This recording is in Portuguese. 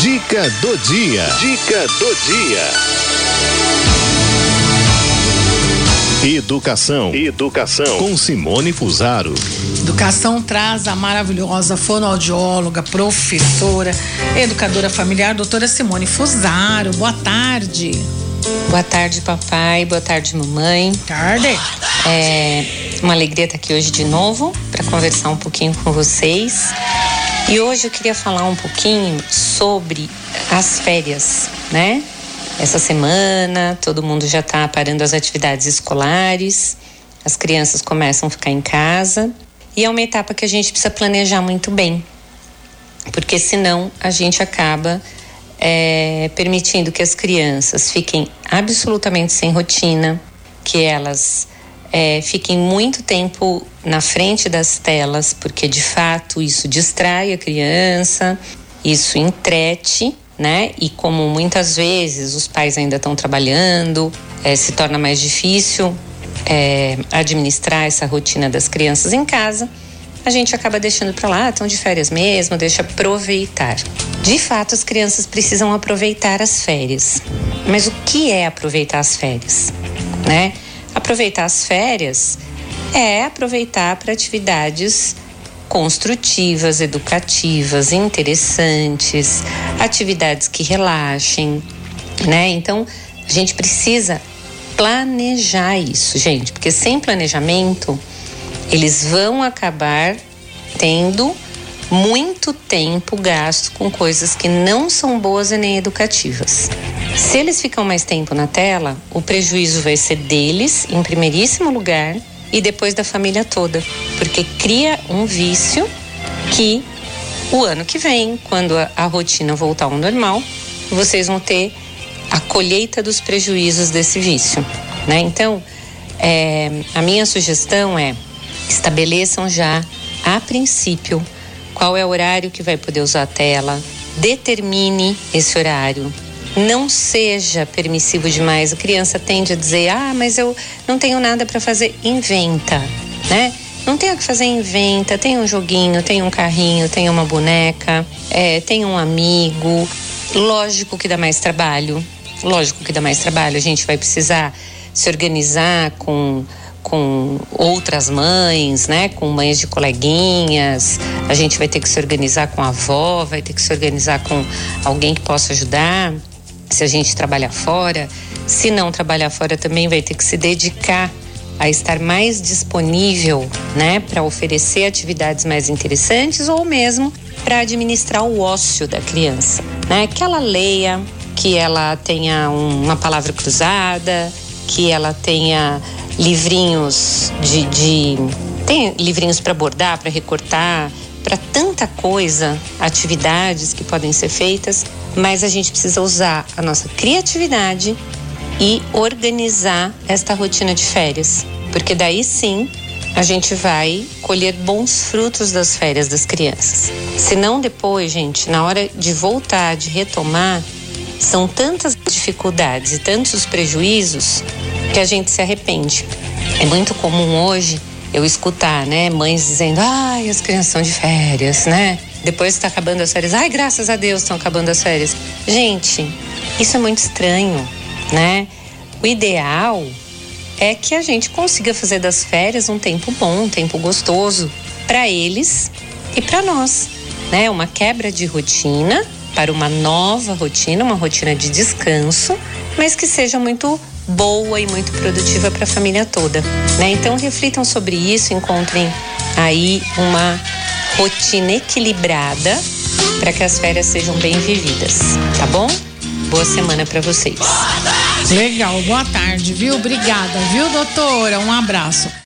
Dica do dia. Dica do dia. Educação com Simone Fusaro. Educação traz a maravilhosa fonoaudióloga, professora, educadora familiar, doutora Simone Fusaro. Boa tarde. Boa tarde, papai. Boa tarde, mamãe. Tarde. É uma alegria estar aqui hoje de novo para conversar um pouquinho com vocês. E hoje eu queria falar um pouquinho sobre as férias, né? Essa semana todo mundo já está parando as atividades escolares, as crianças começam a ficar em casa e é uma etapa que a gente precisa planejar muito bem, porque senão a gente acaba permitindo que as crianças fiquem absolutamente sem rotina, que elas fiquem muito tempo na frente das telas, porque de fato isso distrai a criança, isso entrete, né? E como muitas vezes os pais ainda estão trabalhando, se torna mais difícil administrar essa rotina das crianças em casa, a gente acaba deixando para lá, estão de férias mesmo, deixa aproveitar. De fato, as crianças precisam aproveitar as férias. Mas o que é aproveitar as férias, né? Aproveitar as férias é aproveitar para atividades construtivas, educativas, interessantes, atividades que relaxem, né? Então, a gente precisa planejar isso, gente, porque sem planejamento, eles vão acabar tendo muito tempo gasto com coisas que não são boas e nem educativas. Se eles ficam mais tempo na tela, o prejuízo vai ser deles, em primeiríssimo lugar, e depois da família toda, porque cria um vício que o ano que vem, quando a rotina voltar ao normal, vocês vão ter a colheita dos prejuízos desse vício, né? Então, a minha sugestão é: estabeleçam já, a princípio, qual é o horário que vai poder usar a tela, determine esse horário. Não seja permissivo demais. A criança tende a dizer: mas eu não tenho nada para fazer. Inventa, né? Não tem o que fazer, inventa. Tem um joguinho, tem um carrinho, tem uma boneca, tem um amigo. Lógico que dá mais trabalho. A gente vai precisar se organizar com outras mães, né? Com mães de coleguinhas. A gente vai ter que se organizar com a avó, vai ter que se organizar com alguém que possa ajudar. Se a gente trabalhar fora, se não trabalhar fora também vai ter que se dedicar a estar mais disponível, né, para oferecer atividades mais interessantes ou mesmo para administrar o ócio da criança, né? Que ela leia, que ela tenha uma palavra cruzada, que ela tenha livrinhos tem livrinhos para bordar, para recortar, para tanta coisa, atividades que podem ser feitas, mas a gente precisa usar a nossa criatividade e organizar esta rotina de férias, porque daí sim a gente vai colher bons frutos das férias das crianças. Senão depois, gente, na hora de voltar, de retomar, são tantas dificuldades e tantos os prejuízos que a gente se arrepende. É muito comum hoje eu escutar, né, mães dizendo: as crianças estão de férias, né? Depois está acabando as férias. Graças a Deus estão acabando as férias. Gente, isso é muito estranho, né? O ideal é que a gente consiga fazer das férias um tempo bom, um tempo gostoso para eles e para nós, né? Uma quebra de rotina para uma nova rotina, uma rotina de descanso, mas que seja muito boa e muito produtiva para a família toda, né? Então reflitam sobre isso, encontrem aí uma rotina equilibrada para que as férias sejam bem vividas, tá bom? Boa semana para vocês. Legal, boa tarde, viu? Obrigada, viu, doutora? Um abraço.